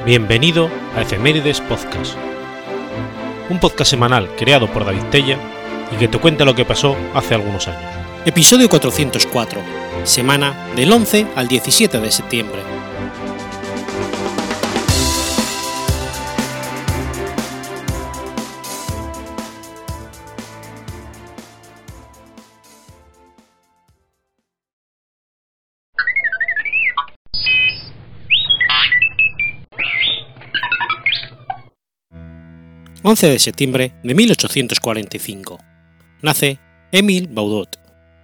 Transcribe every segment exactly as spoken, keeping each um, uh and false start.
Bienvenido a Efemérides Podcast, un podcast semanal creado por David Tella y que te cuenta lo que pasó hace algunos años. Episodio cuatrocientos cuatro, semana del once al diecisiete de septiembre. once de septiembre de mil ochocientos cuarenta y cinco. Nace Émile Baudot.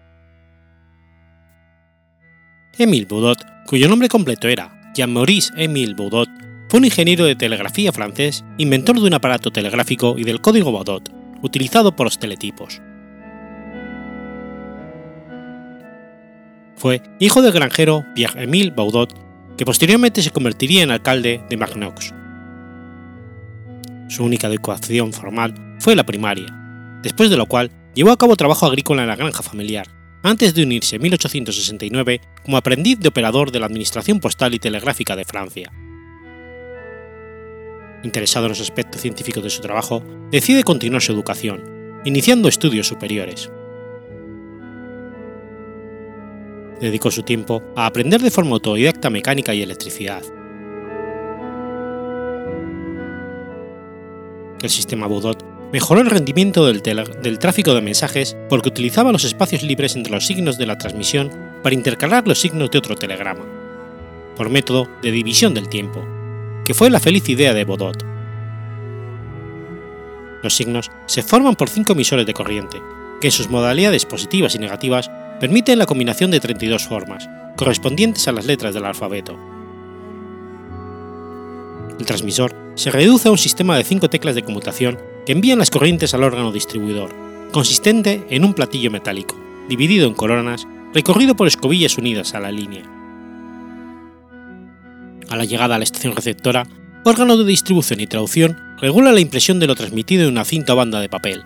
Émile Baudot, cuyo nombre completo era Jean-Maurice Émile Baudot, fue un ingeniero de telegrafía francés, inventor de un aparato telegráfico y del código Baudot, utilizado por los teletipos. Fue hijo del granjero Pierre-Émile Baudot, que posteriormente se convertiría en alcalde de Magnox. Su única educación formal fue la primaria, después de lo cual llevó a cabo trabajo agrícola en la granja familiar, antes de unirse en mil ochocientos sesenta y nueve como aprendiz de operador de la Administración Postal y Telegráfica de Francia. Interesado en los aspectos científicos de su trabajo, decide continuar su educación, iniciando estudios superiores. Dedicó su tiempo a aprender de forma autodidacta mecánica y electricidad. El sistema Baudot mejoró el rendimiento del, del tráfico de mensajes porque utilizaba los espacios libres entre los signos de la transmisión para intercalar los signos de otro telegrama, por método de división del tiempo, que fue la feliz idea de Baudot. Los signos se forman por cinco emisores de corriente, que en sus modalidades positivas y negativas permiten la combinación de treinta y dos formas, correspondientes a las letras del alfabeto. El transmisor se reduce a un sistema de cinco teclas de conmutación que envían las corrientes al órgano distribuidor, consistente en un platillo metálico, dividido en coronas, recorrido por escobillas unidas a la línea. A la llegada a la estación receptora, órgano de distribución y traducción regula la impresión de lo transmitido en una cinta o banda de papel.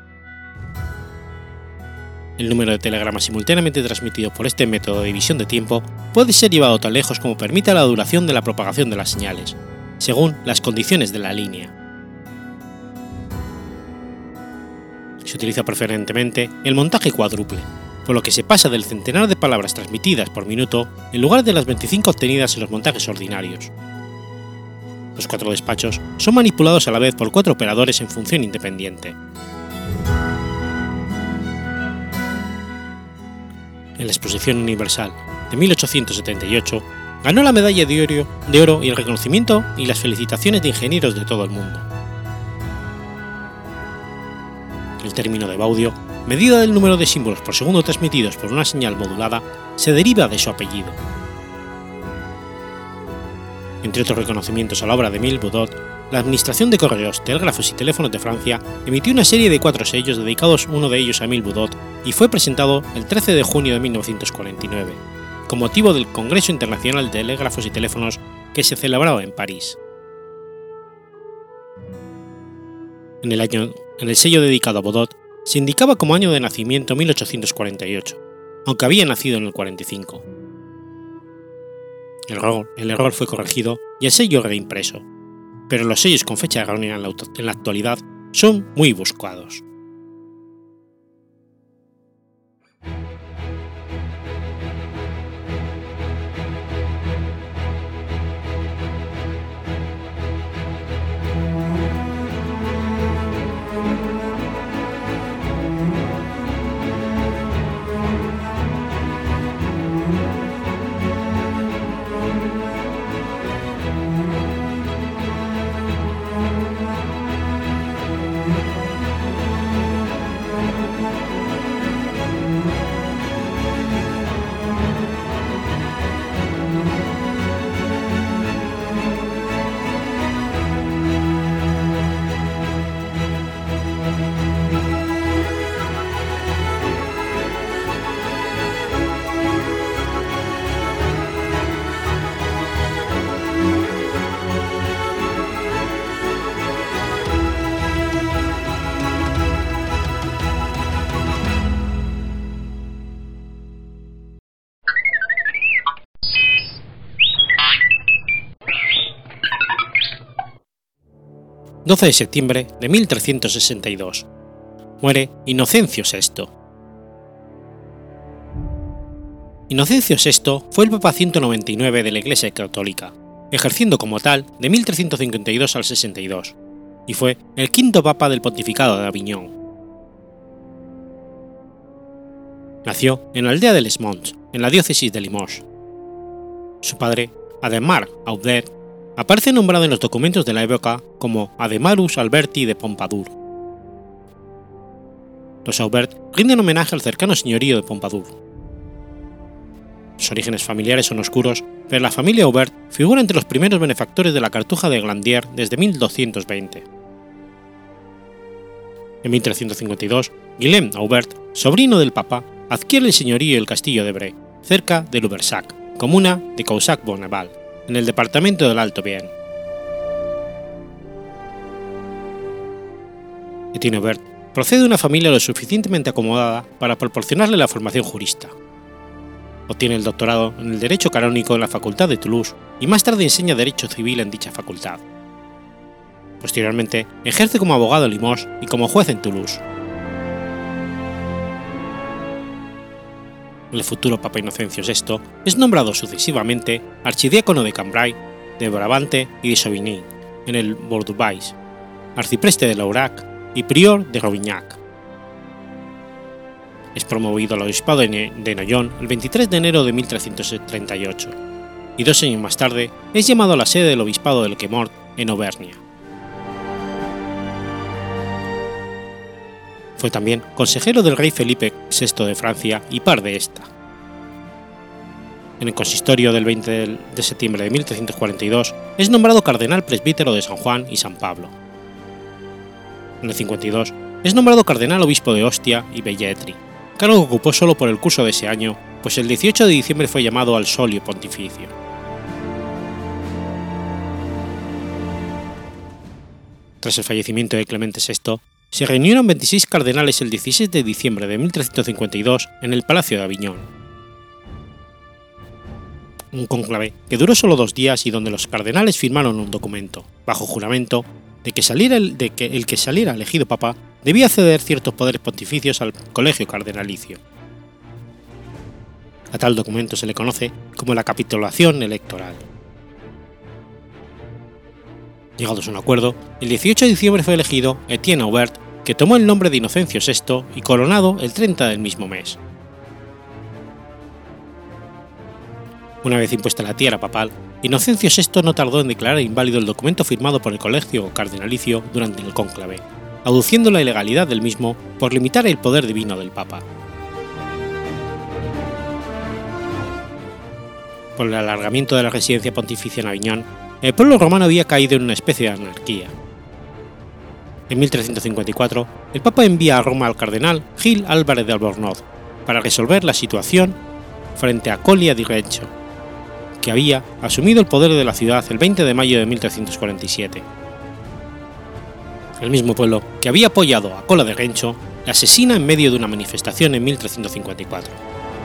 El número de telegramas simultáneamente transmitidos por este método de división de tiempo puede ser llevado tan lejos como permita la duración de la propagación de las señales, según las condiciones de la línea. Se utiliza preferentemente el montaje cuádruple, por lo que se pasa del centenar de palabras transmitidas por minuto en lugar de las veinticinco obtenidas en los montajes ordinarios. Los cuatro despachos son manipulados a la vez por cuatro operadores en función independiente. En la Exposición Universal de mil ochocientos setenta y ocho, ganó la medalla de oro, de oro y el reconocimiento y las felicitaciones de ingenieros de todo el mundo. El término de baudio, medida del número de símbolos por segundo transmitidos por una señal modulada, se deriva de su apellido. Entre otros reconocimientos a la obra de Émile Baudot, la Administración de Correos, Telégrafos y Teléfonos de Francia emitió una serie de cuatro sellos dedicados uno de ellos a Émile Baudot y fue presentado el trece de junio de mil novecientos cuarenta y nueve. Con motivo del Congreso Internacional de Telégrafos y Teléfonos que se celebraba en París. En el, año, en el sello dedicado a Baudot se indicaba como año de nacimiento mil ochocientos cuarenta y ocho, aunque había nacido en el cuarenta y cinco. El error, el error fue corregido y el sello reimpreso, pero los sellos con fecha errónea en la, en la actualidad son muy buscados. doce de septiembre de mil trescientos sesenta y dos. Muere Inocencio sexto. Inocencio sexto fue el Papa ciento noventa y nueve de la Iglesia Católica, ejerciendo como tal de mil trescientos cincuenta y dos al sesenta y dos, y fue el quinto Papa del Pontificado de Aviñón. Nació en la aldea de Les Monts, en la diócesis de Limoges. Su padre, Adhemar Aubert, aparece nombrado en los documentos de la época como Ademarus Alberti de Pompadour. Los Aubert rinden homenaje al cercano señorío de Pompadour. Sus orígenes familiares son oscuros, pero la familia Aubert figura entre los primeros benefactores de la Cartuja de Glandier desde mil doscientos veinte. En mil trescientos cincuenta y dos, Guillem Aubert, sobrino del Papa, adquiere el señorío y el castillo de Bray, cerca de Lubersac, comuna de Caussac-Bonneval, en el departamento del Alto Vienne. Etienne Aubert procede de una familia lo suficientemente acomodada para proporcionarle la formación jurista. Obtiene el doctorado en el Derecho Canónico en la Facultad de Toulouse y más tarde enseña Derecho Civil en dicha facultad. Posteriormente ejerce como abogado en Limoges y como juez en Toulouse. El futuro Papa Inocencio sexto es nombrado sucesivamente archidiácono de Cambrai, de Brabante y de Sauvigny, en el Bordeaux, arcipreste de Laurac y prior de Robignac. Es promovido al obispado de Noyon el veintitrés de enero de mil trescientos treinta y ocho, y dos años más tarde es llamado a la sede del obispado del Quemort, en Auvernia. Fue también consejero del rey Felipe sexto de Francia y par de esta. En el consistorio del veinte de septiembre de mil trescientos cuarenta y dos es nombrado cardenal presbítero de San Juan y San Pablo. En el cincuenta y dos es nombrado cardenal obispo de Ostia y Velletri, cargo que ocupó solo por el curso de ese año, pues el dieciocho de diciembre fue llamado al solio pontificio. Tras el fallecimiento de Clemente sexto, se reunieron veintiséis cardenales el dieciséis de diciembre de mil trescientos cincuenta y dos en el Palacio de Aviñón. Un cónclave que duró solo dos días y donde los cardenales firmaron un documento, bajo juramento, de que, saliera el, de que el que saliera elegido papa debía ceder ciertos poderes pontificios al colegio cardenalicio. A tal documento se le conoce como la capitulación electoral. Llegados a un acuerdo, el dieciocho de diciembre fue elegido Etienne Aubert, que tomó el nombre de Inocencio sexto y coronado el treinta del mismo mes. Una vez impuesta la tiara papal, Inocencio sexto no tardó en declarar inválido el documento firmado por el colegio cardenalicio durante el cónclave, aduciendo la ilegalidad del mismo por limitar el poder divino del Papa. Por el alargamiento de la residencia pontificia en Aviñón, el pueblo romano había caído en una especie de anarquía. En mil trescientos cincuenta y cuatro, el Papa envía a Roma al cardenal Gil Álvarez de Albornoz para resolver la situación frente a Colia di Rencho, que había asumido el poder de la ciudad el veinte de mayo de mil trescientos cuarenta y siete. El mismo pueblo que había apoyado a Cola de Rencho le asesina en medio de una manifestación en mil trescientos cincuenta y cuatro.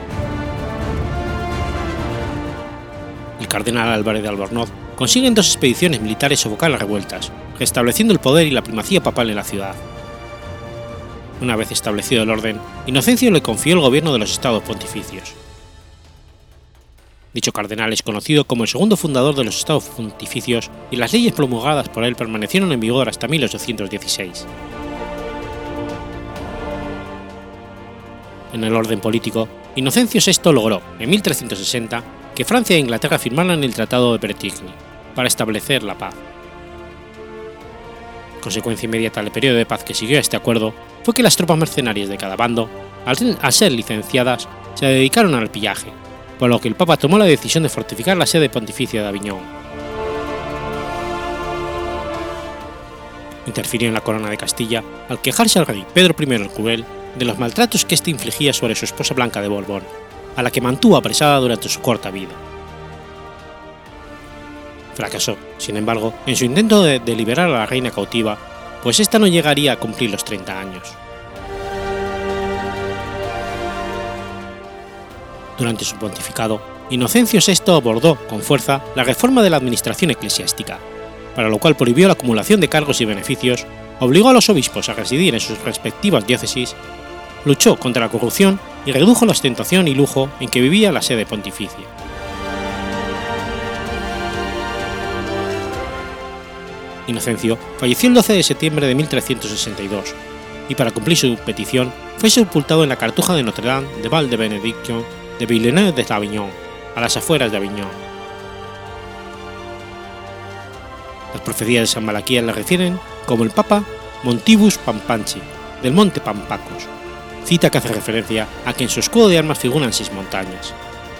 El cardenal Álvarez de Albornoz consigue en dos expediciones militares sofocar las revueltas, restableciendo el poder y la primacía papal en la ciudad. Una vez establecido el orden, Inocencio le confió el gobierno de los estados pontificios. Dicho cardenal es conocido como el segundo fundador de los estados pontificios y las leyes promulgadas por él permanecieron en vigor hasta mil ochocientos dieciséis. En el orden político, Inocencio sexto logró, en mil trescientos sesenta, que Francia e Inglaterra firmaran el Tratado de Bretigny para establecer la paz. Consecuencia inmediata del periodo de paz que siguió a este acuerdo fue que las tropas mercenarias de cada bando, al ser licenciadas, se dedicaron al pillaje, por lo que el Papa tomó la decisión de fortificar la sede pontificia de Aviñón. Interfirió en la corona de Castilla al quejarse al rey Pedro primero el Cruel de los maltratos que éste infligía sobre su esposa Blanca de Borbón, a la que mantuvo apresada durante su corta vida. Fracasó, sin embargo, en su intento de, de liberar a la reina cautiva, pues ésta no llegaría a cumplir los treinta años. Durante su pontificado, Inocencio sexto abordó con fuerza la reforma de la administración eclesiástica, para lo cual prohibió la acumulación de cargos y beneficios, obligó a los obispos a residir en sus respectivas diócesis, luchó contra la corrupción y redujo la ostentación y lujo en que vivía la sede pontificia. Inocencio falleció el doce de septiembre de mil trescientos sesenta y dos, y para cumplir su petición fue sepultado en la cartuja de Notre-Dame de Val de Benediction de Villeneuve de Avignon, a las afueras de Avignon. Las profecías de San Malaquías le refieren como el Papa Montibus Pampanchi, del monte Pampacus, cita que hace referencia a que en su escudo de armas figuran seis montañas.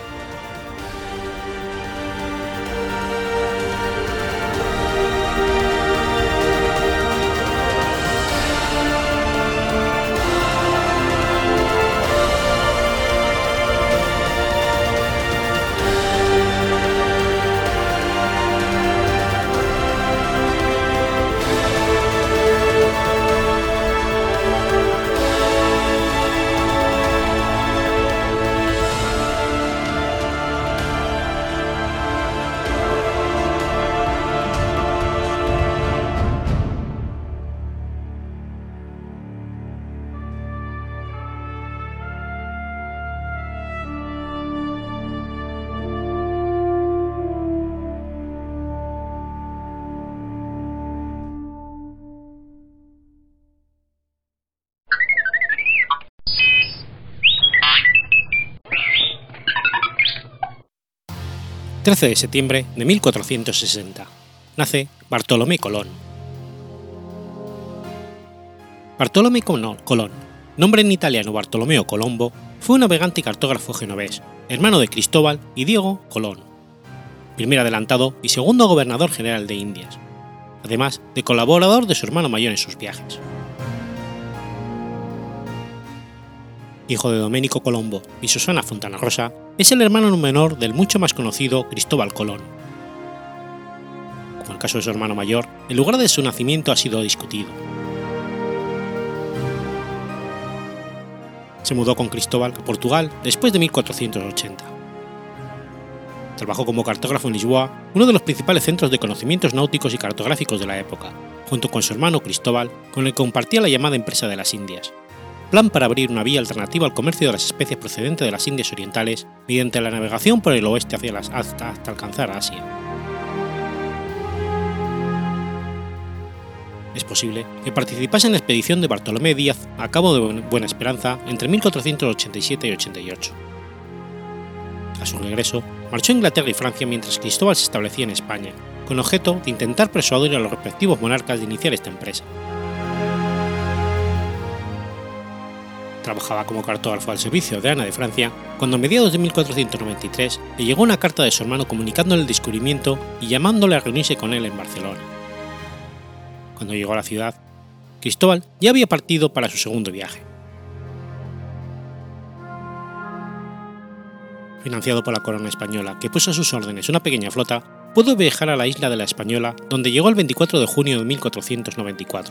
trece de septiembre de mil cuatrocientos sesenta. Nace Bartolomé Colón. Bartolomé Colón, nombre en italiano Bartolomeo Colombo, fue un navegante y cartógrafo genovés, hermano de Cristóbal y Diego Colón, primer adelantado y segundo gobernador general de Indias, además de colaborador de su hermano mayor en sus viajes. Hijo de Domenico Colombo y Susana Fontana Rosa, es el hermano menor del mucho más conocido Cristóbal Colón. Como el caso de su hermano mayor, el lugar de su nacimiento ha sido discutido. Se mudó con Cristóbal a Portugal después de mil cuatrocientos ochenta. Trabajó como cartógrafo en Lisboa, uno de los principales centros de conocimientos náuticos y cartográficos de la época, junto con su hermano Cristóbal, con el que compartía la llamada Empresa de las Indias, plan para abrir una vía alternativa al comercio de las especies procedentes de las Indias Orientales mediante la navegación por el oeste hacia las, hasta, hasta alcanzar a Asia. Es posible que participase en la expedición de Bartolomé Díaz a Cabo de Buena Esperanza entre mil cuatrocientos ochenta y siete y ochenta y ocho. A su regreso, marchó a Inglaterra y Francia mientras Cristóbal se establecía en España, con objeto de intentar persuadir a los respectivos monarcas de iniciar esta empresa. Trabajaba como cartógrafo al servicio de Ana de Francia cuando a mediados de mil cuatrocientos noventa y tres le llegó una carta de su hermano comunicándole el descubrimiento y llamándole a reunirse con él en Barcelona. Cuando llegó a la ciudad, Cristóbal ya había partido para su segundo viaje. Financiado por la corona española, que puso a sus órdenes una pequeña flota, pudo viajar a la isla de la Española, donde llegó el veinticuatro de junio de mil cuatrocientos noventa y cuatro.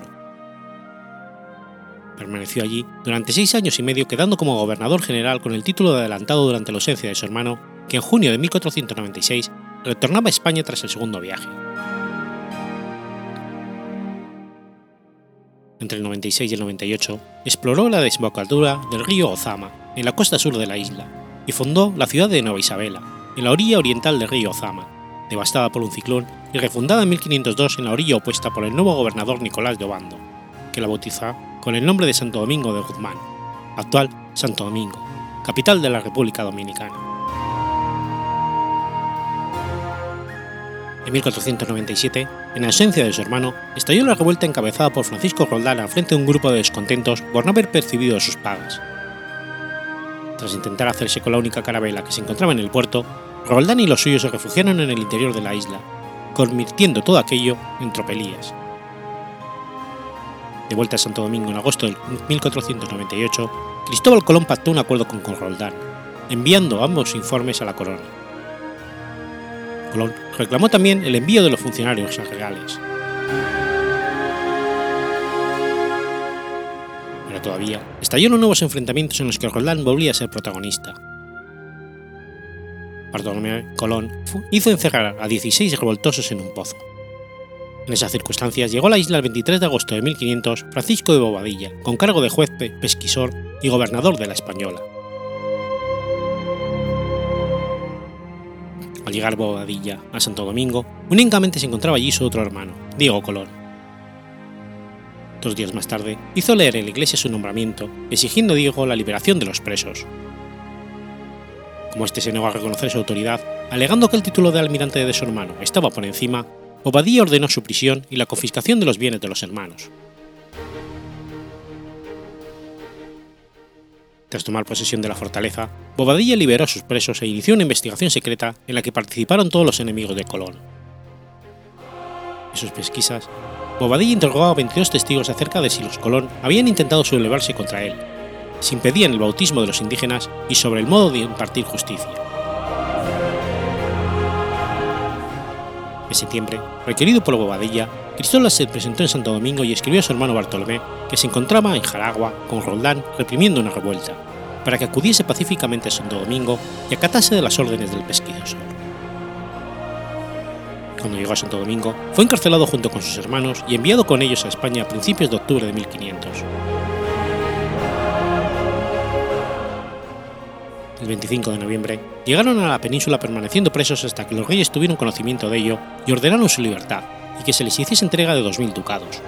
Permaneció allí durante seis años y medio, quedando como gobernador general con el título de adelantado durante la ausencia de su hermano, que en junio de mil cuatrocientos noventa y seis retornaba a España tras el segundo viaje. Entre el noventa y seis y el noventa y ocho, exploró la desembocadura del río Ozama, en la costa sur de la isla, y fundó la ciudad de Nueva Isabela, en la orilla oriental del río Ozama, devastada por un ciclón y refundada en mil quinientos dos en la orilla opuesta por el nuevo gobernador Nicolás de Obando, que la bautizó con el nombre de Santo Domingo de Guzmán, actual Santo Domingo, capital de la República Dominicana. En mil cuatrocientos noventa y siete, en ausencia de su hermano, estalló la revuelta encabezada por Francisco Roldán al frente de un grupo de descontentos por no haber percibido sus pagas. Tras intentar hacerse con la única carabela que se encontraba en el puerto, Roldán y los suyos se refugiaron en el interior de la isla, convirtiendo todo aquello en tropelías. De vuelta a Santo Domingo en agosto de mil cuatrocientos noventa y ocho, Cristóbal Colón pactó un acuerdo con Roldán, enviando ambos informes a la corona. Colón reclamó también el envío de los funcionarios reales. Pero todavía estallaron nuevos enfrentamientos en los que Roldán volvía a ser protagonista. Bartolomé Colón hizo encerrar a dieciséis revoltosos en un pozo. En esas circunstancias llegó a la isla el veintitrés de agosto de mil quinientos Francisco de Bobadilla, con cargo de juez pesquisor y gobernador de la Española. Al llegar Bobadilla a Santo Domingo, únicamente se encontraba allí su otro hermano, Diego Colón. Dos días más tarde, hizo leer en la iglesia su nombramiento, exigiendo a Diego la liberación de los presos. Como este se negó a reconocer su autoridad, alegando que el título de almirante de su hermano estaba por encima, Bobadilla ordenó su prisión y la confiscación de los bienes de los hermanos. Tras tomar posesión de la fortaleza, Bobadilla liberó a sus presos e inició una investigación secreta en la que participaron todos los enemigos de Colón. En sus pesquisas, Bobadilla interrogó a veintidós testigos acerca de si los Colón habían intentado sublevarse contra él, si impedían el bautismo de los indígenas y sobre el modo de impartir justicia. En septiembre, requerido por Bobadilla, Cristóbal se presentó en Santo Domingo y escribió a su hermano Bartolomé que se encontraba en Jaragua con Roldán reprimiendo una revuelta, para que acudiese pacíficamente a Santo Domingo y acatase de las órdenes del pesquisador. Cuando llegó a Santo Domingo, fue encarcelado junto con sus hermanos y enviado con ellos a España a principios de octubre de mil quinientos. El veinticinco de noviembre, llegaron a la península permaneciendo presos hasta que los reyes tuvieron conocimiento de ello y ordenaron su libertad y que se les hiciese entrega de dos mil ducados.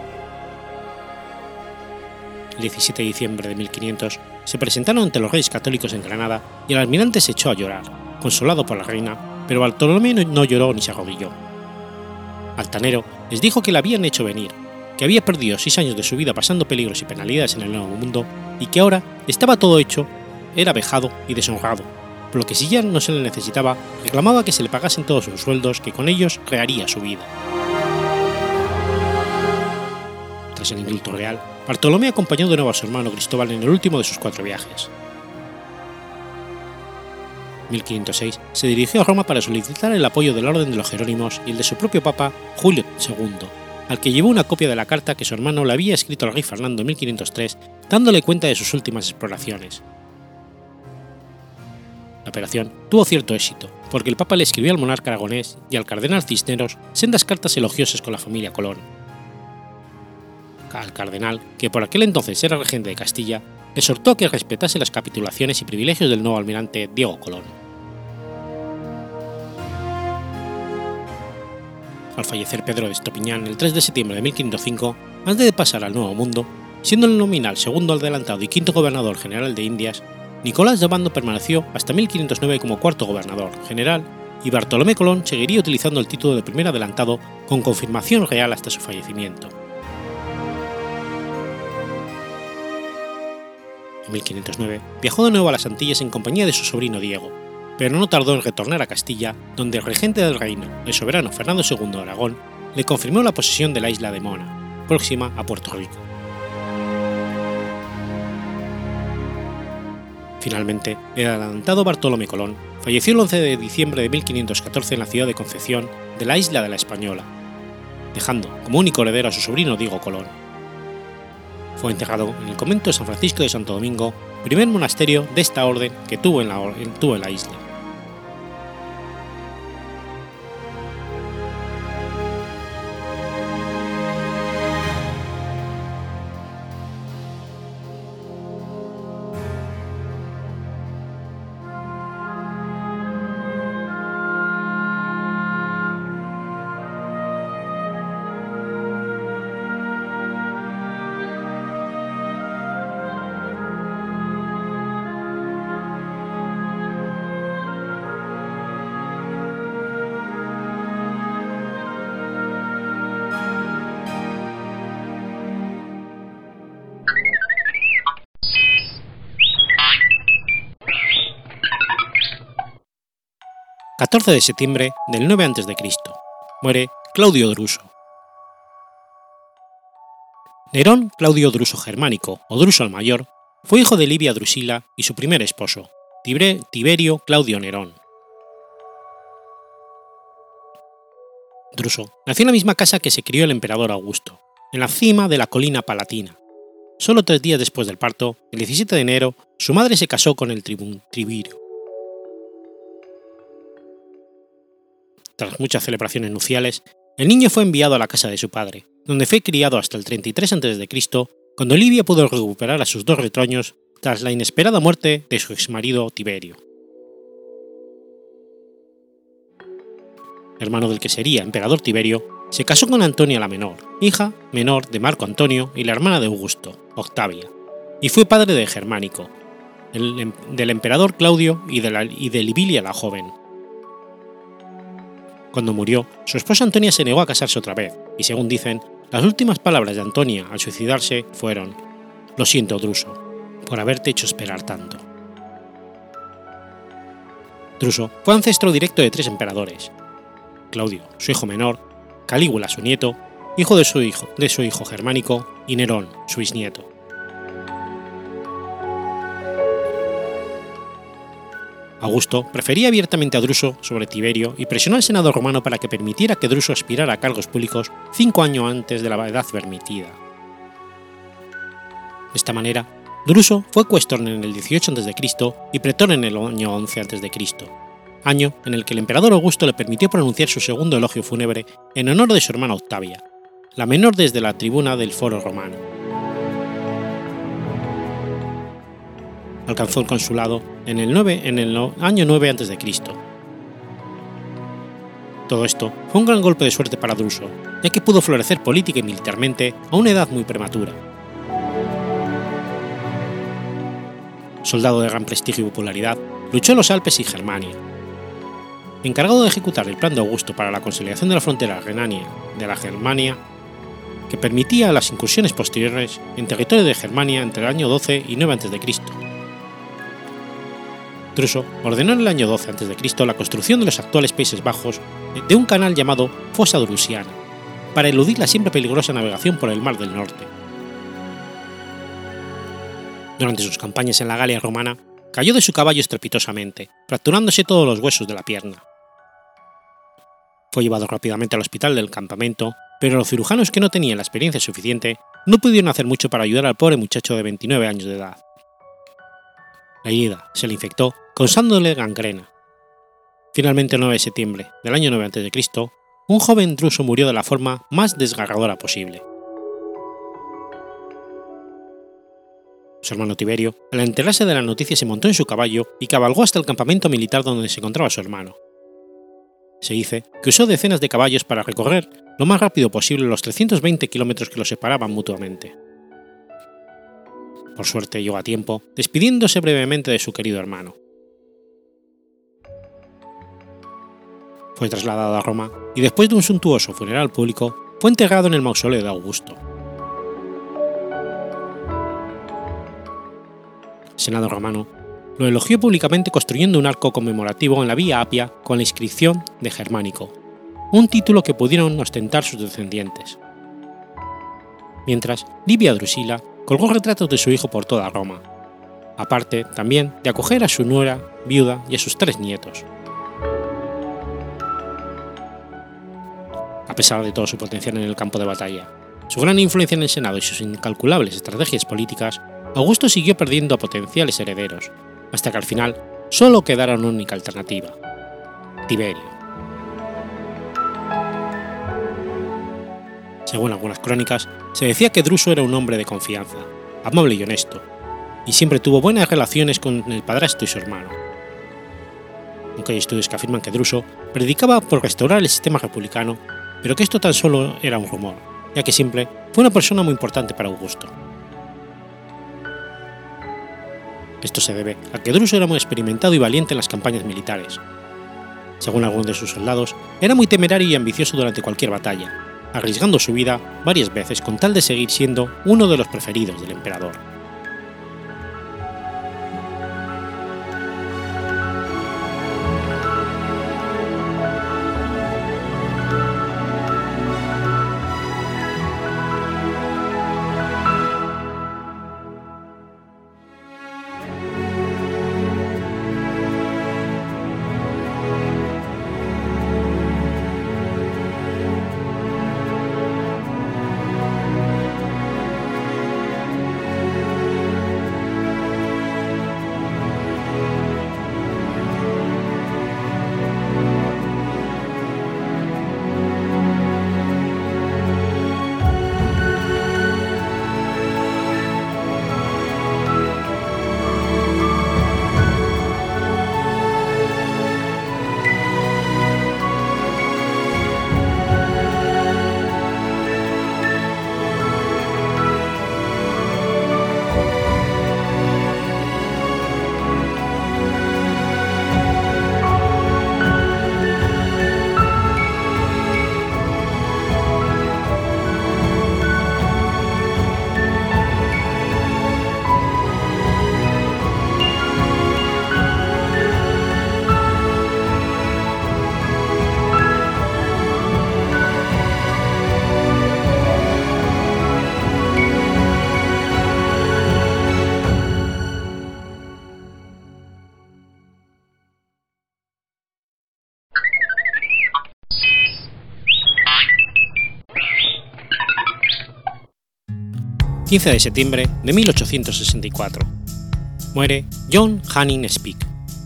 El diecisiete de diciembre de mil quinientos se presentaron ante los reyes católicos en Granada y el almirante se echó a llorar, consolado por la reina, pero Bartolomé no lloró ni se arrodilló. Altanero les dijo que le habían hecho venir, que había perdido seis años de su vida pasando peligros y penalidades en el Nuevo Mundo y que ahora estaba todo hecho, era vejado y deshonrado, por lo que si ya no se le necesitaba, reclamaba que se le pagasen todos sus sueldos, que con ellos crearía su vida. Tras el indulto real, Bartolomé acompañó de nuevo a su hermano Cristóbal en el último de sus cuatro viajes. En mil quinientos seis se dirigió a Roma para solicitar el apoyo de la Orden de los Jerónimos y el de su propio papa Julio segundo, al que llevó una copia de la carta que su hermano le había escrito al rey Fernando en mil quinientos tres, dándole cuenta de sus últimas exploraciones. La operación tuvo cierto éxito, porque el Papa le escribió al monarca aragonés y al cardenal Cisneros sendas cartas elogiosas con la familia Colón. Al cardenal, que por aquel entonces era regente de Castilla, le exhortó a que respetase las capitulaciones y privilegios del nuevo almirante Diego Colón. Al fallecer Pedro de Estopiñán el tres de septiembre de mil quinientos cinco, antes de pasar al Nuevo Mundo, siendo el nominal segundo adelantado y quinto gobernador general de Indias, Nicolás de Obando permaneció hasta mil quinientos nueve como cuarto gobernador general y Bartolomé Colón seguiría utilizando el título de primer adelantado con confirmación real hasta su fallecimiento. En mil quinientos nueve viajó de nuevo a las Antillas en compañía de su sobrino Diego, pero no tardó en retornar a Castilla, donde el regente del reino, el soberano Fernando segundo de Aragón, le confirmó la posesión de la isla de Mona, próxima a Puerto Rico. Finalmente, el adelantado Bartolomé Colón falleció el once de diciembre de mil quinientos catorce en la ciudad de Concepción de la isla de la Española, dejando como único heredero a su sobrino Diego Colón. Fue enterrado en el convento de San Francisco de Santo Domingo, primer monasterio de esta orden que tuvo en la, tuvo en la isla. catorce de septiembre del nueve antes de Cristo Muere Claudio Druso. Nerón Claudio Druso Germánico, o Druso el Mayor, fue hijo de Livia Drusila y su primer esposo, Tiberio Claudio Nerón. Druso nació en la misma casa que se crió el emperador Augusto, en la cima de la colina Palatina. Solo tres días después del parto, el diecisiete de enero, su madre se casó con el tribún Tiberio. Tras muchas celebraciones nupciales, el niño fue enviado a la casa de su padre, donde fue criado hasta el treinta y tres antes de Cristo, cuando Livia pudo recuperar a sus dos retoños tras la inesperada muerte de su exmarido Tiberio, hermano del que sería emperador Tiberio. Se casó con Antonia la menor, hija menor de Marco Antonio y la hermana de Augusto, Octavia, y fue padre de Germánico, el, del emperador Claudio y de, la, y de Libilia la joven. Cuando murió, su esposa Antonia se negó a casarse otra vez, y según dicen, las últimas palabras de Antonia al suicidarse fueron: «Lo siento, Druso, por haberte hecho esperar tanto». Druso fue ancestro directo de tres emperadores: Claudio, su hijo menor, Calígula, su nieto, hijo de su hijo, de su hijo Germánico, y Nerón, su bisnieto. Augusto prefería abiertamente a Druso sobre Tiberio y presionó al Senado romano para que permitiera que Druso aspirara a cargos públicos cinco años antes de la edad permitida. De esta manera, Druso fue cuestor en el dieciocho antes de Cristo y pretor en el año once antes de Cristo, año en el que el emperador Augusto le permitió pronunciar su segundo elogio fúnebre en honor de su hermana Octavia, la menor desde la tribuna del Foro Romano. Alcanzó el consulado en el, nueve, en el año nueve antes de Cristo. Todo esto fue un gran golpe de suerte para Druso, ya que pudo florecer política y militarmente a una edad muy prematura. Soldado de gran prestigio y popularidad, luchó en los Alpes y Germania. Encargado de ejecutar el plan de Augusto para la consolidación de la frontera renania de la Germania, que permitía las incursiones posteriores en territorio de Germania entre el año doce y nueve antes de Cristo. Druso ordenó en el año doce antes de Cristo la construcción de los actuales Países Bajos de un canal llamado Fossa Drusiana, para eludir la siempre peligrosa navegación por el Mar del Norte. Durante sus campañas en la Galia romana, cayó de su caballo estrepitosamente, fracturándose todos los huesos de la pierna. Fue llevado rápidamente al hospital del campamento, pero los cirujanos, que no tenían la experiencia suficiente, no pudieron hacer mucho para ayudar al pobre muchacho de veintinueve años de edad. La herida se le infectó, causándole gangrena. Finalmente, el nueve de septiembre del año nueve antes de Cristo, un joven druso murió de la forma más desgarradora posible. Su hermano Tiberio, al enterarse de la noticia, se montó en su caballo y cabalgó hasta el campamento militar donde se encontraba su hermano. Se dice que usó decenas de caballos para recorrer lo más rápido posible los trescientos veinte kilómetros que los separaban mutuamente. Por suerte llegó a tiempo, despidiéndose brevemente de su querido hermano. Fue trasladado a Roma y, después de un suntuoso funeral público, fue enterrado en el mausoleo de Augusto. El Senado romano lo elogió públicamente construyendo un arco conmemorativo en la Vía Apia con la inscripción de Germánico, un título que pudieron ostentar sus descendientes. Mientras, Livia Drusila colgó retratos de su hijo por toda Roma, aparte también de acoger a su nuera, viuda, y a sus tres nietos. A pesar de todo su potencial en el campo de batalla, su gran influencia en el Senado y sus incalculables estrategias políticas, Augusto siguió perdiendo a potenciales herederos, hasta que al final solo quedara una única alternativa: Tiberio. Según algunas crónicas, se decía que Druso era un hombre de confianza, amable y honesto, y siempre tuvo buenas relaciones con el padrastro y su hermano. Aunque hay estudios que afirman que Druso predicaba por restaurar el sistema republicano, pero que esto tan solo era un rumor, ya que siempre fue una persona muy importante para Augusto. Esto se debe a que Druso era muy experimentado y valiente en las campañas militares. Según algunos de sus soldados, era muy temerario y ambicioso durante cualquier batalla, arriesgando su vida varias veces con tal de seguir siendo uno de los preferidos del emperador. quince de septiembre de mil ochocientos sesenta y cuatro. Muere John Hanning Speke.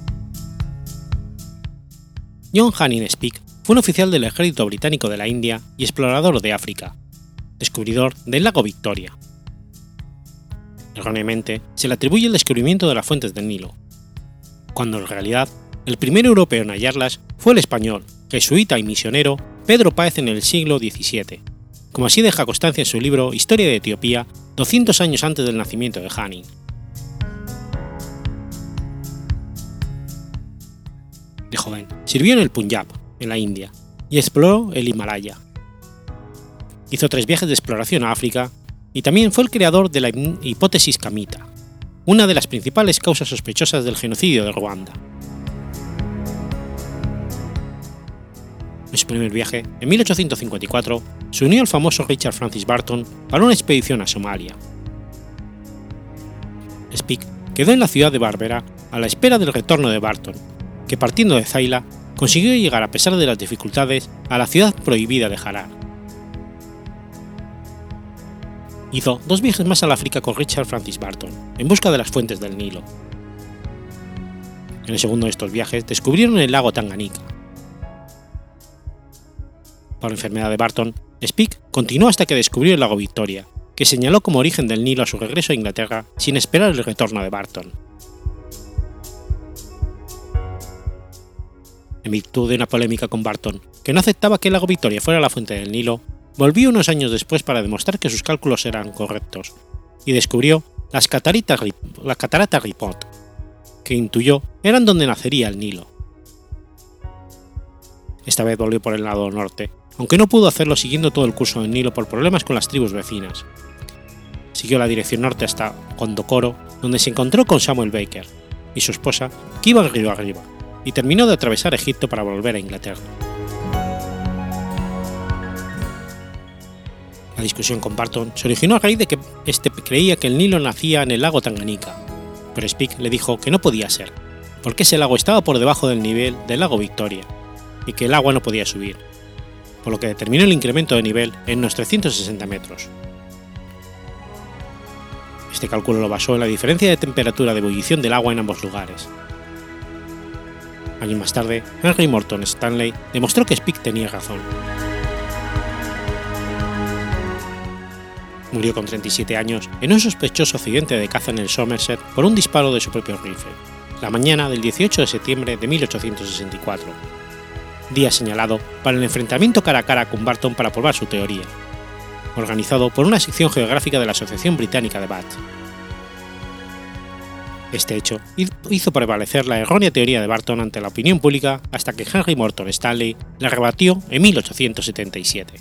John Hanning Speke fue un oficial del ejército británico de la India y explorador de África, descubridor del lago Victoria. Erróneamente, se le atribuye el descubrimiento de las fuentes del Nilo, cuando en realidad el primer europeo en hallarlas fue el español, jesuita y misionero Pedro Páez en el siglo diecisiete, como así deja constancia en su libro Historia de Etiopía, doscientos años antes del nacimiento de Hanning. De joven, sirvió en el Punjab, en la India, y exploró el Himalaya. Hizo tres viajes de exploración a África y también fue el creador de la hipótesis camita, una de las principales causas sospechosas del genocidio de Ruanda. En su primer viaje, en mil ochocientos cincuenta y cuatro, se unió al famoso Richard Francis Burton para una expedición a Somalia. Speke quedó en la ciudad de Berbera a la espera del retorno de Burton, que partiendo de Zaila consiguió llegar a pesar de las dificultades a la ciudad prohibida de Harar. Hizo dos viajes más al África con Richard Francis Burton, en busca de las fuentes del Nilo. En el segundo de estos viajes descubrieron el lago Tanganika. Por enfermedad de Burton, Speke continuó hasta que descubrió el lago Victoria, que señaló como origen del Nilo a su regreso a Inglaterra sin esperar el retorno de Burton. En virtud de una polémica con Burton, que no aceptaba que el lago Victoria fuera la fuente del Nilo, volvió unos años después para demostrar que sus cálculos eran correctos, y descubrió las cataratas, las cataratas Ripot, que intuyó eran donde nacería el Nilo. Esta vez volvió por el lado norte, aunque no pudo hacerlo siguiendo todo el curso del Nilo por problemas con las tribus vecinas. Siguió la dirección norte hasta Gondokoro, donde se encontró con Samuel Baker y su esposa, que iban río arriba, y terminó de atravesar Egipto para volver a Inglaterra. La discusión con Burton se originó a raíz de que este creía que el Nilo nacía en el lago Tanganika, pero Speke le dijo que no podía ser, porque ese lago estaba por debajo del nivel del lago Victoria, y que el agua no podía subir, por lo que determinó el incremento de nivel en unos trescientos sesenta metros. Este cálculo lo basó en la diferencia de temperatura de ebullición del agua en ambos lugares. Años más tarde, Henry Morton Stanley demostró que Speke tenía razón. Murió con treinta y siete años en un sospechoso accidente de caza en el Somerset por un disparo de su propio rifle, la mañana del dieciocho de septiembre de mil ochocientos sesenta y cuatro, día señalado para el enfrentamiento cara a cara con Burton para probar su teoría, organizado por una sección geográfica de la Asociación Británica de Bath. Este hecho hizo prevalecer la errónea teoría de Burton ante la opinión pública hasta que Henry Morton Stanley la rebatió en mil ochocientos setenta y siete.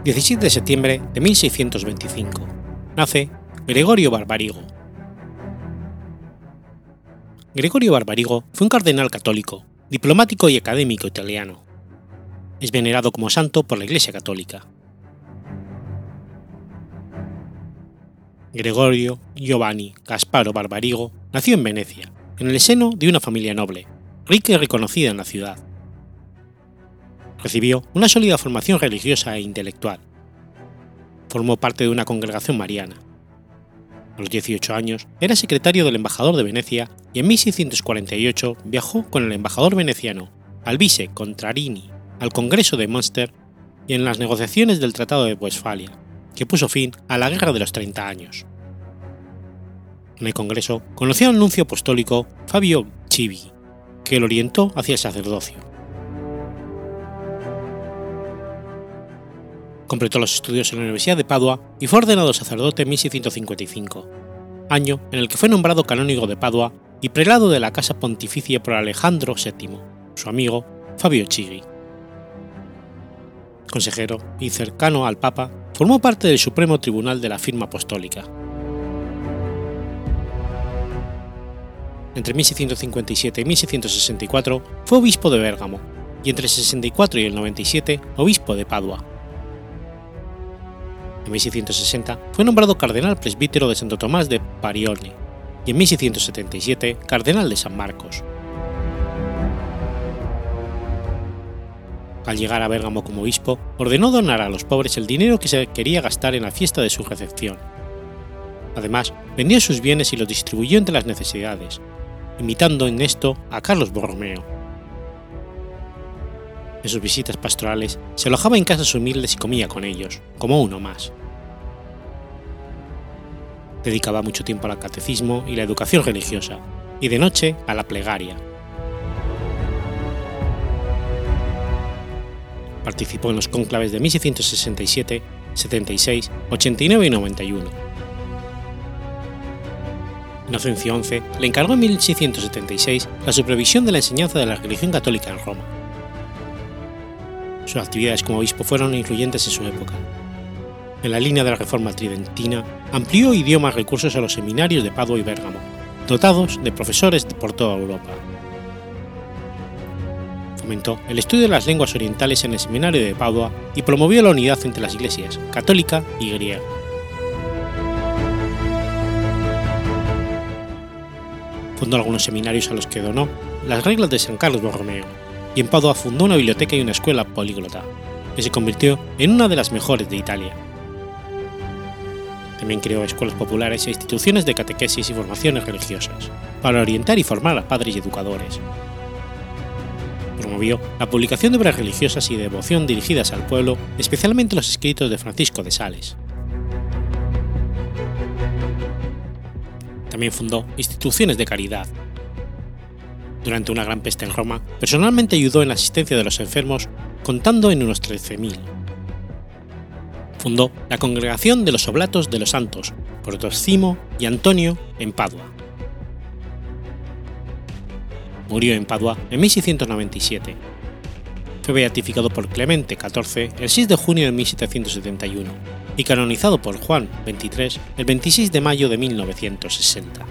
diecisiete de septiembre de mil seiscientos veinticinco. Nace Gregorio Barbarigo. Gregorio Barbarigo fue un cardenal católico, diplomático y académico italiano. Es venerado como santo por la Iglesia Católica. Gregorio Giovanni Gasparo Barbarigo nació en Venecia, en el seno de una familia noble, rica y reconocida en la ciudad. Recibió una sólida formación religiosa e intelectual. Formó parte de una congregación mariana. A los dieciocho años era secretario del embajador de Venecia y en mil seiscientos cuarenta y ocho viajó con el embajador veneciano Albise Contrarini al Congreso de Münster y en las negociaciones del Tratado de Westfalia, que puso fin a la Guerra de los Treinta Años. En el Congreso conoció al nuncio apostólico Fabio Chivi, que lo orientó hacia el sacerdocio. Completó los estudios en la Universidad de Padua y fue ordenado sacerdote en mil seiscientos cincuenta y cinco, año en el que fue nombrado canónigo de Padua y prelado de la Casa Pontificia por Alejandro séptimo, su amigo Fabio Chigi. Consejero y cercano al Papa, formó parte del Supremo Tribunal de la Firma Apostólica. Entre mil seiscientos cincuenta y siete y mil seiscientos sesenta y cuatro fue obispo de Bérgamo y entre el sesenta y cuatro y el noventa y siete obispo de Padua. En mil seiscientos sesenta fue nombrado cardenal presbítero de Santo Tomás de Parione y en mil seiscientos setenta y siete cardenal de San Marcos. Al llegar a Bérgamo como obispo, ordenó donar a los pobres el dinero que se quería gastar en la fiesta de su recepción. Además, vendió sus bienes y los distribuyó entre las necesidades, imitando en esto a Carlos Borromeo. En sus visitas pastorales se alojaba en casas humildes y comía con ellos, como uno más. Dedicaba mucho tiempo al catecismo y la educación religiosa, y de noche a la plegaria. Participó en los cónclaves de mil seiscientos sesenta y siete, setenta y seis, ochenta y nueve y noventa y uno. Inocencio once le encargó en mil seiscientos setenta y seis la supervisión de la enseñanza de la religión católica en Roma. Sus actividades como obispo fueron influyentes en su época. En la línea de la Reforma Tridentina, amplió y dio más recursos a los seminarios de Padua y Bérgamo, dotados de profesores por toda Europa. Fomentó el estudio de las lenguas orientales en el seminario de Padua y promovió la unidad entre las iglesias católica y griega. Fundó algunos seminarios a los que donó las reglas de San Carlos Borromeo, y en Padua fundó una biblioteca y una escuela políglota, que se convirtió en una de las mejores de Italia. También creó escuelas populares e instituciones de catequesis y formaciones religiosas, para orientar y formar a padres y educadores. Promovió la publicación de obras religiosas y de devoción dirigidas al pueblo, especialmente los escritos de Francisco de Sales. También fundó instituciones de caridad. Durante una gran peste en Roma, personalmente ayudó en la asistencia de los enfermos, contando en unos trece mil. Fundó la Congregación de los Oblatos de los Santos, Protoscimo y Antonio, en Padua. Murió en Padua en mil seiscientos noventa y siete. Fue beatificado por Clemente catorce el seis de junio de mil setecientos setenta y uno y canonizado por Juan veintitrés el veintiséis de mayo de mil novecientos sesenta.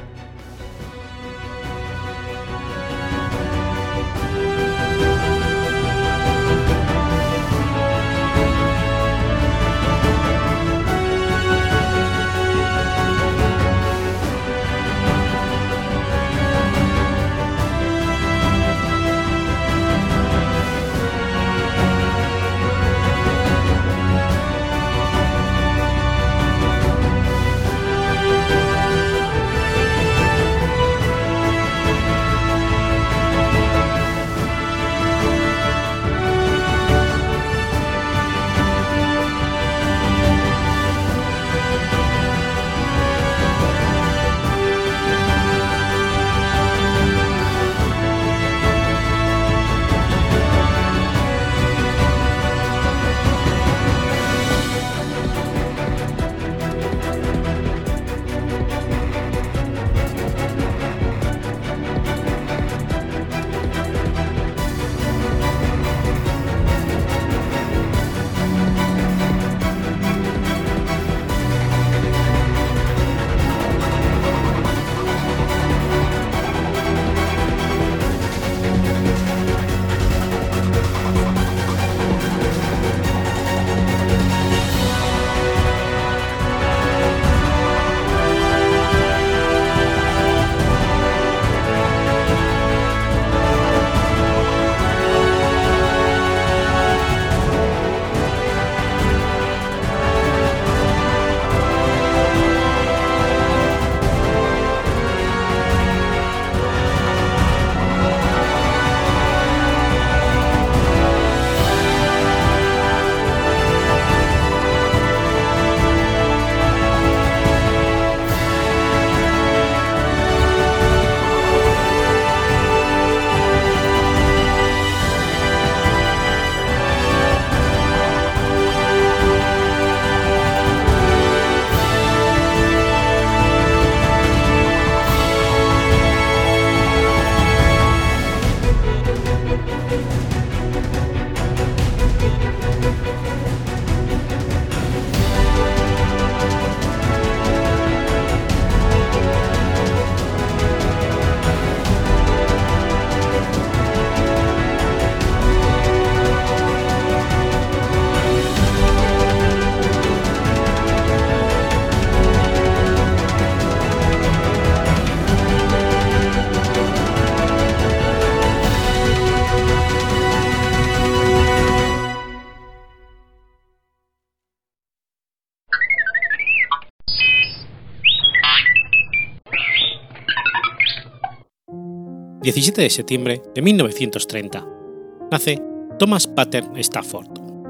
diecisiete de septiembre de mil novecientos treinta. Nace Thomas Pattern Stafford.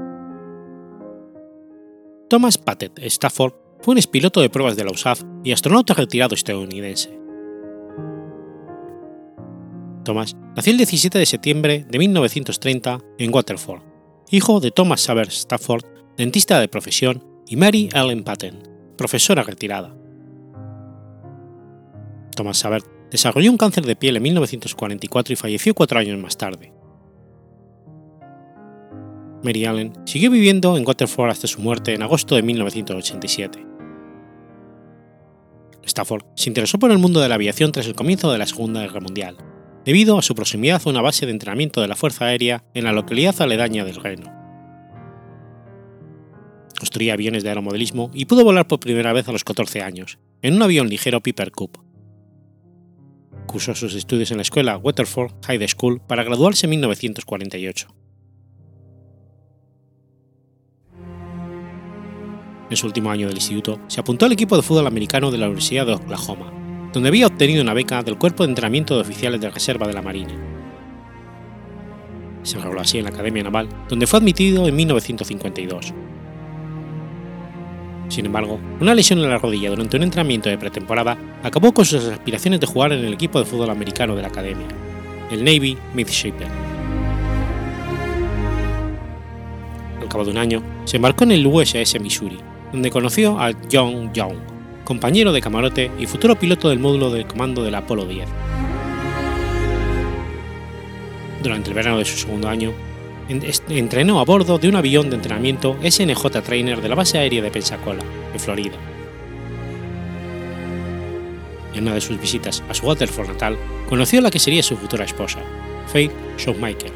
Thomas Pattern Stafford fue un expiloto de pruebas de la U S A F y astronauta retirado estadounidense. Thomas nació el diecisiete de septiembre de mil novecientos treinta en Waterford, hijo de Thomas Savert Stafford, dentista de profesión, y Mary Ellen Patten, profesora retirada. Thomas Savert desarrolló un cáncer de piel en mil novecientos cuarenta y cuatro y falleció cuatro años más tarde. Mary Ellen siguió viviendo en Waterford hasta su muerte en agosto de mil novecientos ochenta y siete. Stafford se interesó por el mundo de la aviación tras el comienzo de la Segunda Guerra Mundial, debido a su proximidad a una base de entrenamiento de la Fuerza Aérea en la localidad aledaña del Reno. Construía aviones de aeromodelismo y pudo volar por primera vez a los catorce años, en un avión ligero Piper Cub. Cursó sus estudios en la escuela Waterford High School para graduarse en mil novecientos cuarenta y ocho. En su último año del instituto, se apuntó al equipo de fútbol americano de la Universidad de Oklahoma, donde había obtenido una beca del Cuerpo de Entrenamiento de Oficiales de Reserva de la Marina. Se enroló así en la Academia Naval, donde fue admitido en mil novecientos cincuenta y dos. Sin embargo, una lesión en la rodilla durante un entrenamiento de pretemporada acabó con sus aspiraciones de jugar en el equipo de fútbol americano de la Academia, el Navy Midshipmen. Al cabo de un año, se embarcó en el U S S Missouri, donde conoció a John Young, compañero de camarote y futuro piloto del módulo de comando del Apolo diez. Durante el verano de su segundo año, entrenó a bordo de un avión de entrenamiento S N J Trainer de la base aérea de Pensacola, en Florida. En una de sus visitas a su Waterford natal, conoció a la que sería su futura esposa, Faith Shoemaker.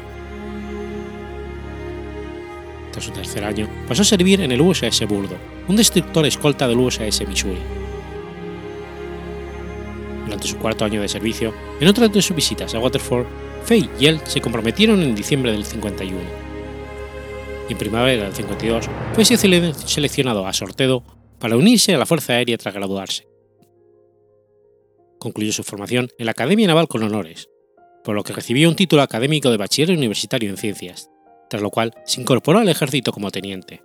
Tras su tercer año, pasó a servir en el U S S Burdo, un destructor escolta del U S S Missouri. Durante su cuarto año de servicio, en otra de sus visitas a Waterford, Faye y él se comprometieron en diciembre del cincuenta y uno. Y en primavera del cincuenta y dos fue seleccionado a sorteo para unirse a la Fuerza Aérea tras graduarse. Concluyó su formación en la Academia Naval con honores, por lo que recibió un título académico de bachiller universitario en ciencias, tras lo cual se incorporó al ejército como teniente.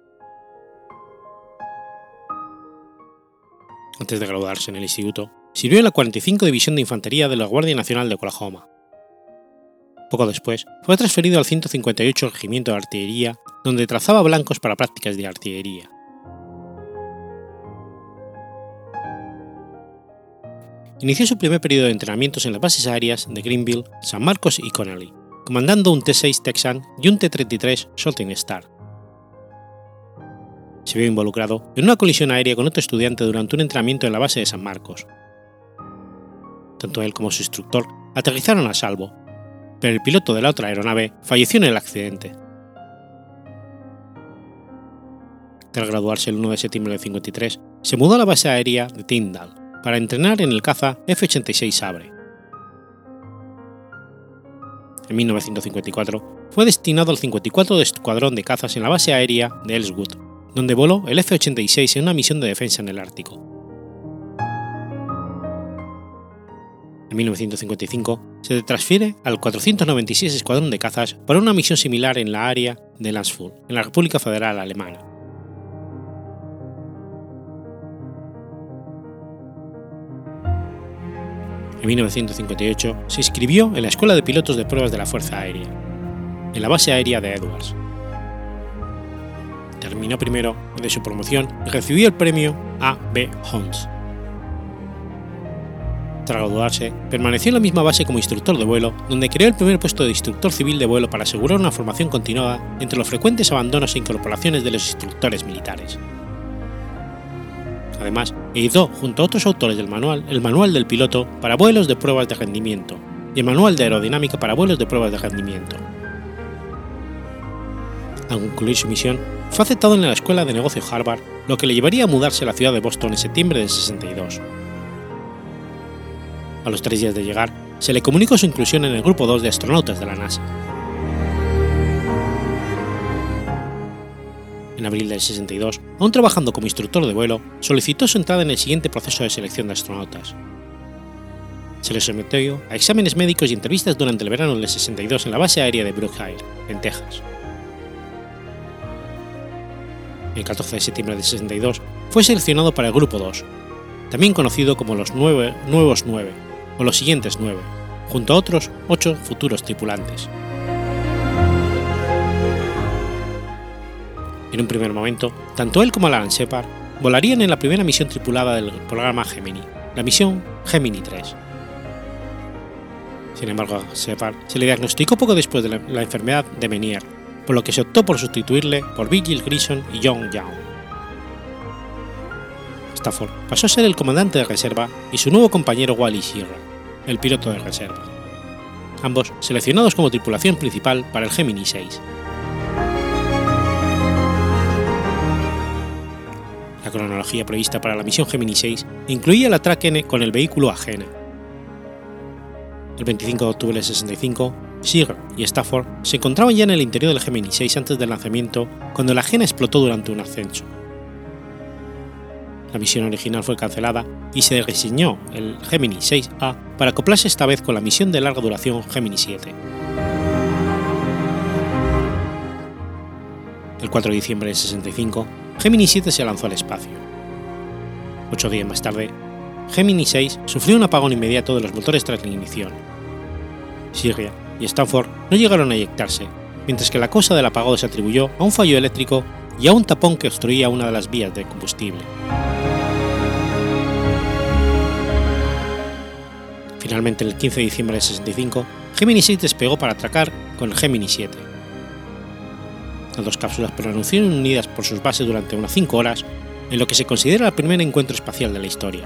Antes de graduarse en el instituto, sirvió en la cuarenta y cinco División de Infantería de la Guardia Nacional de Oklahoma. Poco después, fue transferido al ciento cincuenta y ocho Regimiento de Artillería, donde trazaba blancos para prácticas de artillería. Inició su primer periodo de entrenamientos en las bases aéreas de Greenville, San Marcos y Connelly, comandando un T seis Texan y un T treinta y tres Shooting Star. Se vio involucrado en una colisión aérea con otro estudiante durante un entrenamiento en la base de San Marcos. Tanto él como su instructor aterrizaron a salvo, pero el piloto de la otra aeronave falleció en el accidente. Tras graduarse el uno de septiembre del cincuenta y tres, se mudó a la base aérea de Tyndall para entrenar en el caza F ochenta y seis Sabre. En mil novecientos cincuenta y cuatro fue destinado al cincuenta y cuatro Escuadrón de Cazas en la base aérea de Ellswood, donde voló el F ochenta y seis en una misión de defensa en el Ártico. En mil novecientos cincuenta y cinco se transfiere al cuatrocientos noventa y seis Escuadrón de Cazas para una misión similar en la área de Landshut, en la República Federal Alemana. En mil novecientos cincuenta y ocho se inscribió en la Escuela de Pilotos de Pruebas de la Fuerza Aérea, en la base aérea de Edwards. Terminó primero de su promoción y recibió el premio A B Holmes. Tras graduarse, permaneció en la misma base como instructor de vuelo, donde creó el primer puesto de instructor civil de vuelo para asegurar una formación continuada entre los frecuentes abandonos e incorporaciones de los instructores militares. Además, editó junto a otros autores del manual el Manual del Piloto para vuelos de pruebas de rendimiento y el Manual de Aerodinámica para vuelos de pruebas de rendimiento. Al concluir su misión, fue aceptado en la Escuela de Negocios Harvard, lo que le llevaría a mudarse a la ciudad de Boston en septiembre del sesenta y dos. A los tres días de llegar, se le comunicó su inclusión en el Grupo dos de astronautas de la NASA. En abril del sesenta y dos, aún trabajando como instructor de vuelo, solicitó su entrada en el siguiente proceso de selección de astronautas. Se le sometió a exámenes médicos y entrevistas durante el verano del sesenta y dos en la base aérea de Brookside, en Texas. El catorce de septiembre de sesenta y dos fue seleccionado para el Grupo dos, también conocido como los nueve, Nuevos Nueve o los Siguientes Nueve, junto a otros ocho futuros tripulantes. En un primer momento, tanto él como Alan Shepard volarían en la primera misión tripulada del programa Gemini, la misión Gemini tres. Sin embargo, a Shepard se le diagnosticó poco después de la, la enfermedad de Meniere, por lo que se optó por sustituirle por Virgil Grissom y John Young. Stafford pasó a ser el comandante de reserva y su nuevo compañero Wally Schirra, el piloto de reserva, ambos seleccionados como tripulación principal para el Gemini seis. La cronología prevista para la misión Gemini seis incluía el atraque con el vehículo Agena. El veinticinco de octubre de sesenta y cinco, Schirra y Stafford se encontraban ya en el interior del Gemini seis antes del lanzamiento cuando el Agena explotó durante un ascenso. La misión original fue cancelada y se rediseñó el Gemini seis A para acoplarse esta vez con la misión de larga duración Gemini siete. El cuatro de diciembre de sesenta y cinco, Gemini siete se lanzó al espacio. Ocho días más tarde, Gemini seis sufrió un apagón inmediato de los motores tras la ignición. Schirra y Stafford no llegaron a eyectarse, mientras que la causa del apagón se atribuyó a un fallo eléctrico y a un tapón que obstruía una de las vías de combustible. Finalmente, el quince de diciembre de sesenta y cinco, Gemini seis despegó para atracar con el Gemini siete. Las dos cápsulas permanecieron unidas por sus bases durante unas cinco horas, en lo que se considera el primer encuentro espacial de la historia.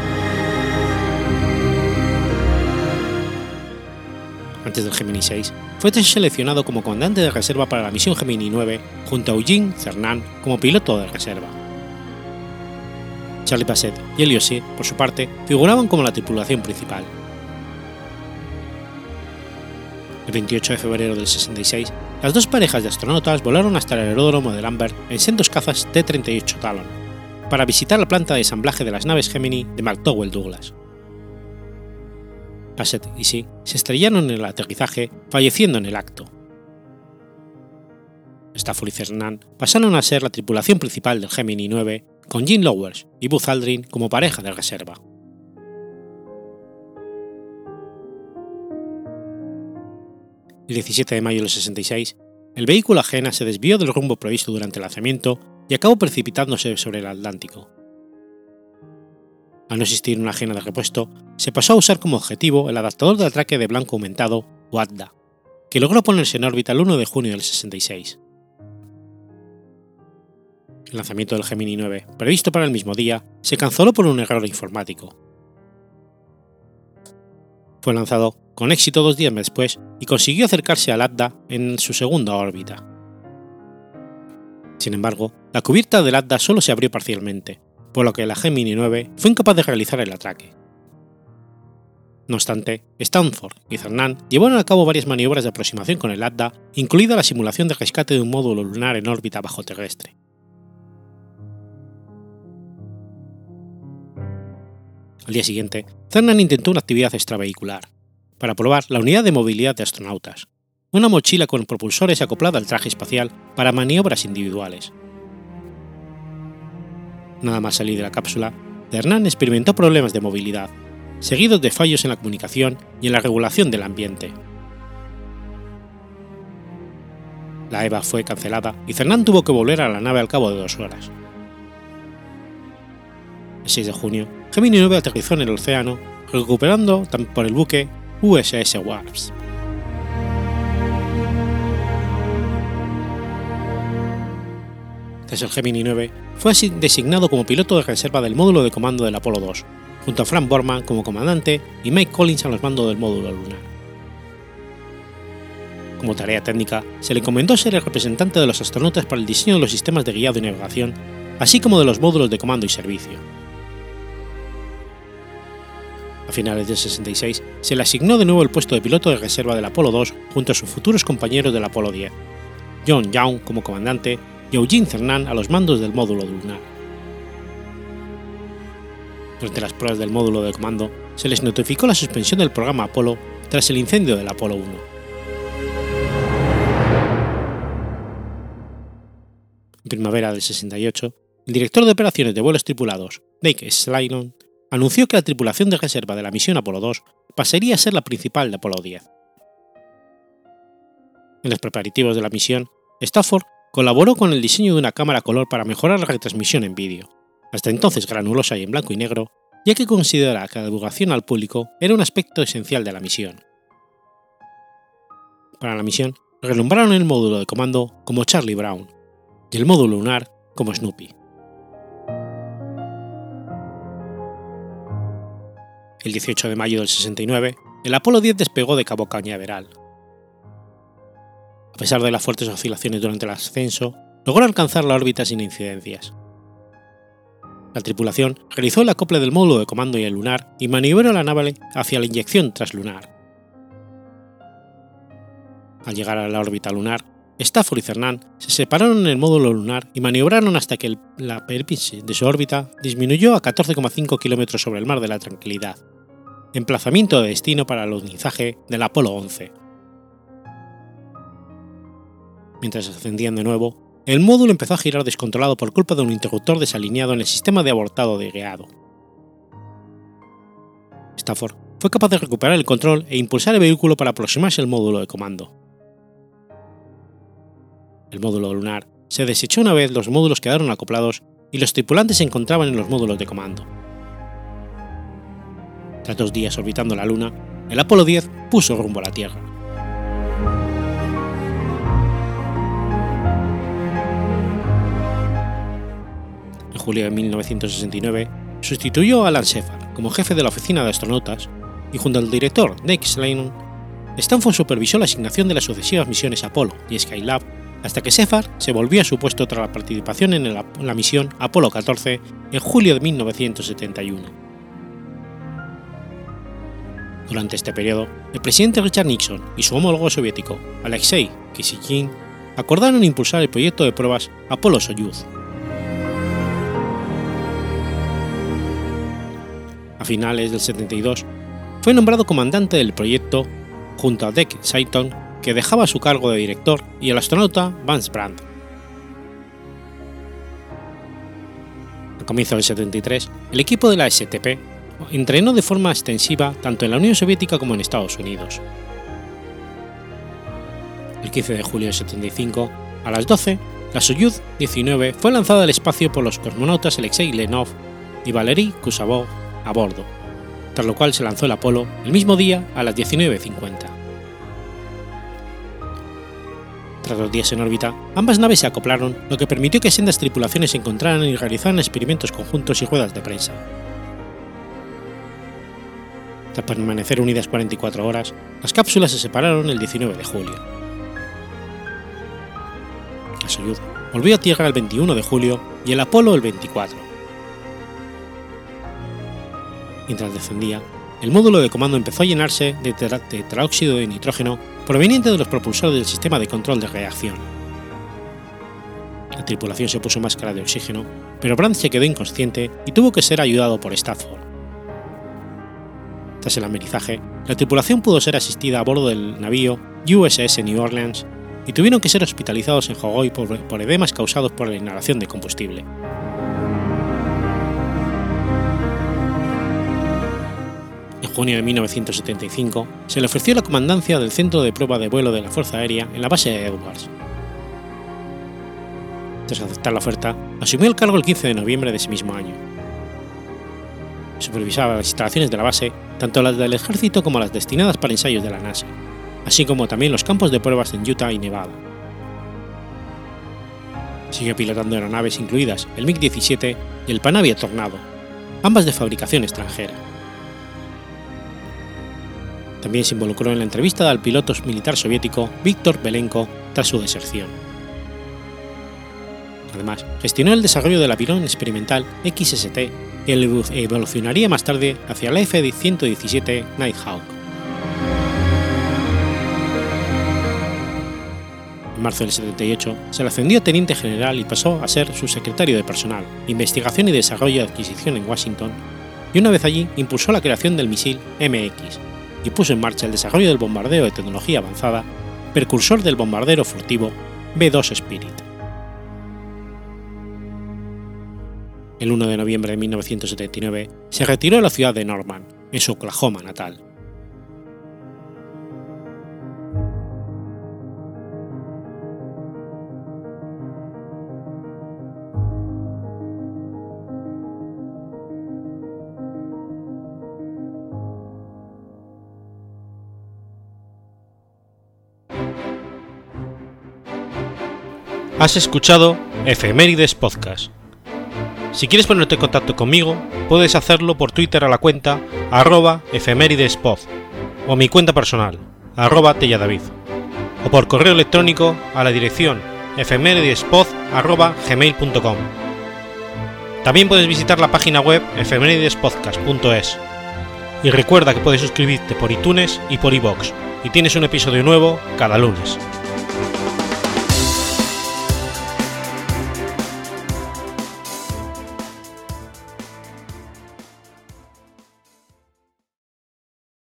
Antes del Gemini seis, fue seleccionado como comandante de reserva para la misión Gemini nueve junto a Eugene Cernan como piloto de reserva. Charlie Bassett y Elliot Shee, por su parte, figuraban como la tripulación principal. El veintiocho de febrero del sesenta y seis, las dos parejas de astronautas volaron hasta el aeródromo de Lambert en sendos cazas T treinta y ocho Talon, para visitar la planta de ensamblaje de las naves Gemini de McDonnell Douglas. Bassett y Shee se estrellaron en el aterrizaje, falleciendo en el acto. Stafford y Cernan pasaron a ser la tripulación principal del Gemini nueve, con Gene Lowers y Buzz Aldrin como pareja de reserva. El diecisiete de mayo del sesenta y seis, el vehículo Agena se desvió del rumbo previsto durante el lanzamiento y acabó precipitándose sobre el Atlántico. Al no existir una Agena de repuesto, se pasó a usar como objetivo el adaptador de atraque de blanco aumentado, o A D D A, que logró ponerse en órbita el uno de junio del sesenta y seis. El lanzamiento del Gemini nueve, previsto para el mismo día, se canceló por un error informático. Fue lanzado con éxito dos días después y consiguió acercarse al A D D A en su segunda órbita. Sin embargo, la cubierta del A D D A solo se abrió parcialmente, por lo que la Gemini nueve fue incapaz de realizar el atraque. No obstante, Stafford y Cernan llevaron a cabo varias maniobras de aproximación con el A D D A, incluida la simulación de rescate de un módulo lunar en órbita bajo terrestre. Al día siguiente, Cernan intentó una actividad extravehicular, para probar la unidad de movilidad de astronautas, una mochila con propulsores acoplada al traje espacial para maniobras individuales. Nada más salir de la cápsula, Cernan experimentó problemas de movilidad, seguidos de fallos en la comunicación y en la regulación del ambiente. La EVA fue cancelada y Cernan tuvo que volver a la nave al cabo de dos horas. El seis de junio, Gemini nueve aterrizó en el océano, recuperando por el buque U S S Wasp. Tras el Gemini nueve, fue designado como piloto de reserva del módulo de comando del Apolo dos, junto a Frank Borman como comandante y Mike Collins a los mandos del módulo lunar. Como tarea técnica, se le encomendó ser el representante de los astronautas para el diseño de los sistemas de guiado y navegación, así como de los módulos de comando y servicio. A finales del sesenta y seis, se le asignó de nuevo el puesto de piloto de reserva del Apolo dos junto a sus futuros compañeros del Apolo diez, John Young como comandante y Eugene Cernan a los mandos del módulo lunar. Durante las pruebas del módulo de comando, se les notificó la suspensión del programa Apolo tras el incendio del Apolo uno. En primavera del sesenta y ocho, el director de operaciones de vuelos tripulados, Deke Slayton, anunció que la tripulación de reserva de la misión Apolo dos pasaría a ser la principal de Apolo diez. En los preparativos de la misión, Stafford colaboró con el diseño de una cámara color para mejorar la retransmisión en vídeo, hasta entonces granulosa y en blanco y negro, ya que consideraba que la divulgación al público era un aspecto esencial de la misión. Para la misión, renombraron el módulo de comando como Charlie Brown y el módulo lunar como Snoopy. El dieciocho de mayo del sesenta y nueve, el Apolo diez despegó de Cabo Cañaveral. A pesar de las fuertes oscilaciones durante el ascenso, logró alcanzar la órbita sin incidencias. La tripulación realizó el acople del módulo de comando y el lunar y maniobró la nave hacia la inyección translunar. Al llegar a la órbita lunar, Stafford y Cernan se separaron en el módulo lunar y maniobraron hasta que el, la superficie de su órbita disminuyó a catorce coma cinco kilómetros sobre el mar de la Tranquilidad, emplazamiento de destino para el alunizaje del Apolo once. Mientras ascendían de nuevo, el módulo empezó a girar descontrolado por culpa de un interruptor desalineado en el sistema de abortado de guiado. Stafford fue capaz de recuperar el control e impulsar el vehículo para aproximarse al módulo de comando. El módulo lunar se desechó una vez los módulos quedaron acoplados y los tripulantes se encontraban en los módulos de comando. Tras dos días orbitando la Luna, el Apolo diez puso rumbo a la Tierra. En julio de mil novecientos sesenta y nueve, sustituyó a Alan Shepard como jefe de la oficina de astronautas y junto al director Deke Slayton, Stanford supervisó la asignación de las sucesivas misiones Apolo y Skylab hasta que Shepard se volvió a su puesto tras la participación en, el, en la misión Apolo catorce en julio de mil novecientos setenta y uno. Durante este periodo, el presidente Richard Nixon y su homólogo soviético Alexei Kishkin acordaron impulsar el proyecto de pruebas Apolo-Soyuz. A finales del setenta y dos, fue nombrado comandante del proyecto junto a Deke Slayton, que dejaba su cargo de director, y el astronauta Vance Brandt. Al comienzo del setenta y tres, el equipo de la S T P entrenó de forma extensiva tanto en la Unión Soviética como en Estados Unidos. El quince de julio del setenta y cinco, a las doce, la Soyuz diecinueve fue lanzada al espacio por los cosmonautas Alexei Leonov y Valery Kursakov a bordo, tras lo cual se lanzó el Apolo el mismo día a las diecinueve cincuenta. Tras dos días en órbita, ambas naves se acoplaron, lo que permitió que sendas tripulaciones se encontraran y realizaran experimentos conjuntos y ruedas de prensa. Tras permanecer unidas cuarenta y cuatro horas, las cápsulas se separaron el diecinueve de julio. La Soyuz volvió a Tierra el veintiuno de julio y el Apolo el veinticuatro. Mientras descendía, el módulo de comando empezó a llenarse de tetraóxido de nitrógeno proveniente de los propulsores del sistema de control de reacción. La tripulación se puso máscara de oxígeno, pero Brandt se quedó inconsciente y tuvo que ser ayudado por Stafford. Tras el amerizaje, la tripulación pudo ser asistida a bordo del navío U S S New Orleans y tuvieron que ser hospitalizados en Hawái por, por edemas causados por la inhalación de combustible. En junio de mil novecientos setenta y cinco, se le ofreció la comandancia del Centro de Prueba de Vuelo de la Fuerza Aérea en la base de Edwards. Tras aceptar la oferta, asumió el cargo el quince de noviembre de ese mismo año. Supervisaba las instalaciones de la base, tanto las del ejército como las destinadas para ensayos de la NASA, así como también los campos de pruebas en Utah y Nevada. Siguió pilotando aeronaves incluidas el MiG diecisiete y el Panavia Tornado, ambas de fabricación extranjera. También se involucró en la entrevista al piloto militar soviético Víktor Belenko tras su deserción. Además, gestionó el desarrollo del avión experimental X S T que evolucionaría más tarde hacia el F ciento diecisiete Nighthawk. En marzo del setenta y ocho se le ascendió a teniente general y pasó a ser subsecretario de Personal, Investigación y Desarrollo de Adquisición en Washington, y una vez allí impulsó la creación del misil M X y puso en marcha el desarrollo del bombardero de tecnología avanzada, precursor del bombardero furtivo B dos Spirit. El uno de noviembre de mil novecientos setenta y nueve se retiró a la ciudad de Norman, en su Oklahoma natal. Has escuchado Efemérides Podcast. Si quieres ponerte en contacto conmigo, puedes hacerlo por Twitter a la cuenta arroba efemeridespod o mi cuenta personal, arroba telladavid, o por correo electrónico a la dirección efemeridespod arroba gmail punto com. También puedes visitar la página web efemeridespodcast punto es. Y recuerda que puedes suscribirte por iTunes y por iVoox, y tienes un episodio nuevo cada lunes.